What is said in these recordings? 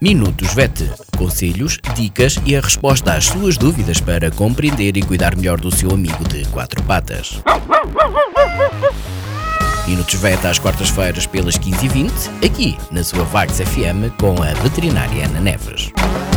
Minutos VET. Conselhos, dicas e a resposta às suas dúvidas para compreender e cuidar melhor do seu amigo de quatro patas. Minutos VET às quartas-feiras pelas 15h20, aqui na sua Vagos FM com a veterinária Ana Neves.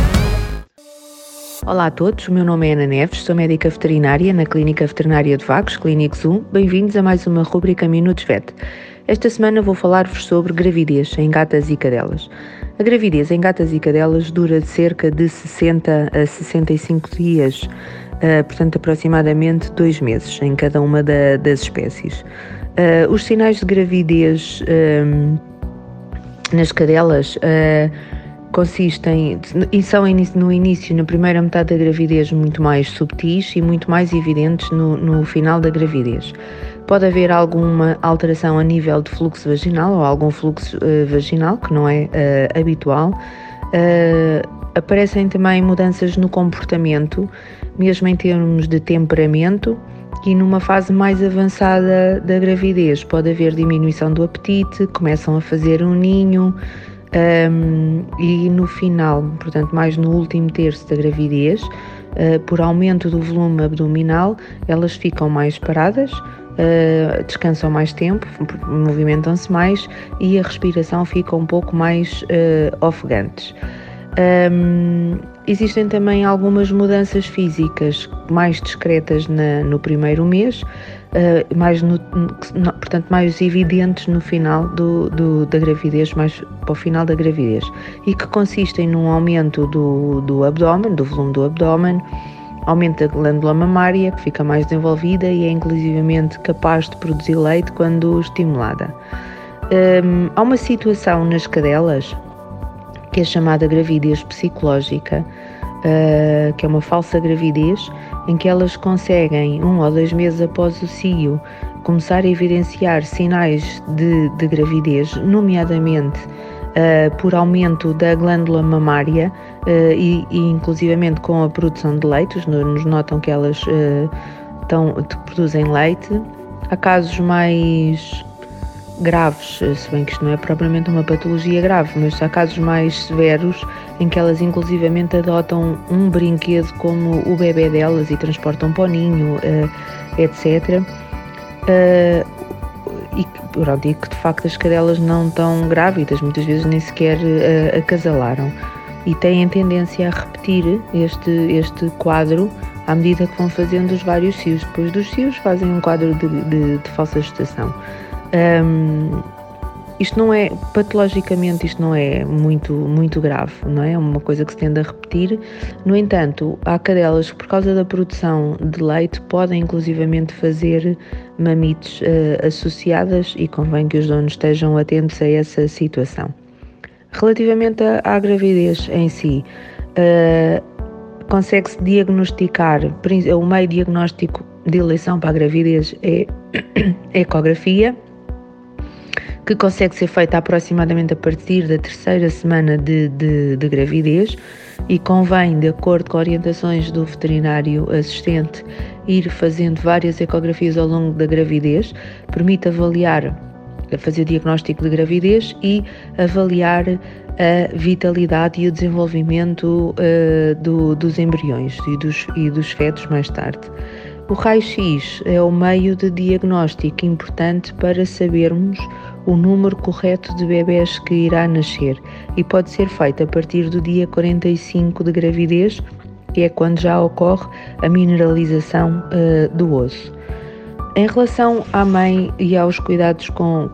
Olá a todos, o meu nome é Ana Neves, sou médica veterinária na Clínica Veterinária de Vagos, Clínico Zoom. Bem-vindos a mais uma rubrica Minutos VET. Esta semana vou falar-vos sobre gravidez em gatas e cadelas. A gravidez em gatas e cadelas dura de cerca de 60 a 65 dias, portanto aproximadamente 2 meses em cada uma das espécies. Os sinais de gravidez nas cadelas consistem e são no início, na primeira metade da gravidez, muito mais subtis e muito mais evidentes no final da gravidez. Pode haver alguma alteração a nível de fluxo vaginal ou algum fluxo vaginal que não é habitual. Aparecem também mudanças no comportamento, mesmo em termos de temperamento, e numa fase mais avançada da gravidez pode haver diminuição do apetite, começam a fazer um ninho. E no final, portanto mais no último terço da gravidez, por aumento do volume abdominal, elas ficam mais paradas, descansam mais tempo, movimentam-se mais e a respiração fica um pouco mais ofegantes. Existem também algumas mudanças físicas mais discretas no primeiro mês, portanto mais evidentes no final da gravidez, mais para o final da gravidez, e que consistem num aumento do abdômen, do volume do abdômen, aumento da glândula mamária, que fica mais desenvolvida e é inclusivamente capaz de produzir leite quando estimulada. Há uma situação nas cadelas que é chamada gravidez psicológica, que é uma falsa gravidez, em que elas conseguem, 1 ou 2 meses após o cio, começar a evidenciar sinais de gravidez, nomeadamente por aumento da glândula mamária e inclusivamente com a produção de leite. Nos notam que elas produzem leite. Há casos mais graves, se bem que isto não é propriamente uma patologia grave, mas há casos mais severos em que elas inclusivamente adotam um brinquedo como o bebê delas e transportam para o ninho, etc. E que de facto as cadelas não estão grávidas, muitas vezes nem sequer acasalaram, e têm tendência a repetir este quadro à medida que vão fazendo os vários cios. Depois dos cios fazem um quadro de falsa gestação. Isto não é, patologicamente, isto não é muito grave, não é? É uma coisa que se tende a repetir. No entanto, há cadelas que, por causa da produção de leite, podem inclusivamente fazer mamites associadas, e convém que os donos estejam atentos a essa situação. Relativamente à gravidez em si, consegue-se diagnosticar, o meio diagnóstico de eleição para a gravidez é a ecografia, que consegue ser feita aproximadamente a partir da 3ª semana de gravidez, e convém, de acordo com orientações do veterinário assistente, ir fazendo várias ecografias ao longo da gravidez. Permite fazer o diagnóstico de gravidez e avaliar a vitalidade e o desenvolvimento dos embriões e dos fetos mais tarde. O raio-x é o meio de diagnóstico importante para sabermos o número correto de bebés que irá nascer, e pode ser feito a partir do dia 45 de gravidez, que é quando já ocorre a mineralização do osso. Em relação à mãe e aos cuidados com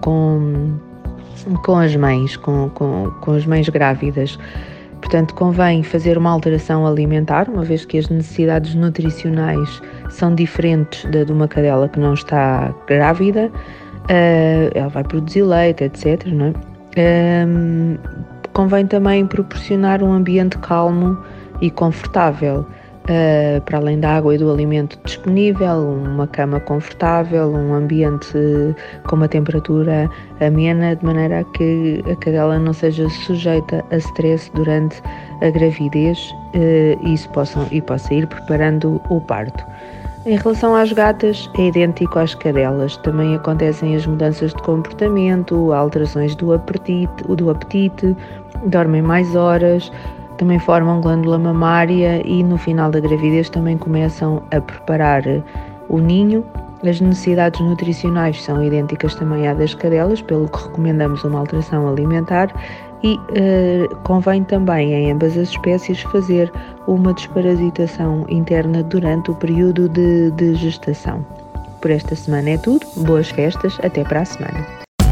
as mães, com as mães grávidas, portanto, convém fazer uma alteração alimentar, uma vez que as necessidades nutricionais são diferentes de uma cadela que não está grávida. Ela vai produzir leite, etc. Não é? Convém também proporcionar um ambiente calmo e confortável, para além da água e do alimento disponível, uma cama confortável, um ambiente com uma temperatura amena, de maneira a que a cadela não seja sujeita a stress durante a gravidez e possa ir preparando o parto. Em relação às gatas, é idêntico às cadelas. Também acontecem as mudanças de comportamento, alterações do apetite, dormem mais horas, também formam glândula mamária e no final da gravidez também começam a preparar o ninho. As necessidades nutricionais são idênticas também à das cadelas, pelo que recomendamos uma alteração alimentar e convém também em ambas as espécies fazer uma desparasitação interna durante o período de gestação. Por esta semana é tudo, boas festas, até para a semana.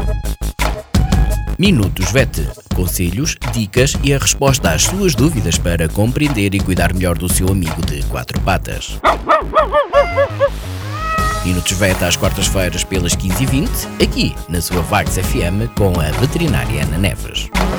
Minutos VET. Conselhos, dicas e a resposta às suas dúvidas para compreender e cuidar melhor do seu amigo de quatro patas. Minutos VET às quartas-feiras pelas 15h20, aqui na sua Vagos FM com a veterinária Ana Neves.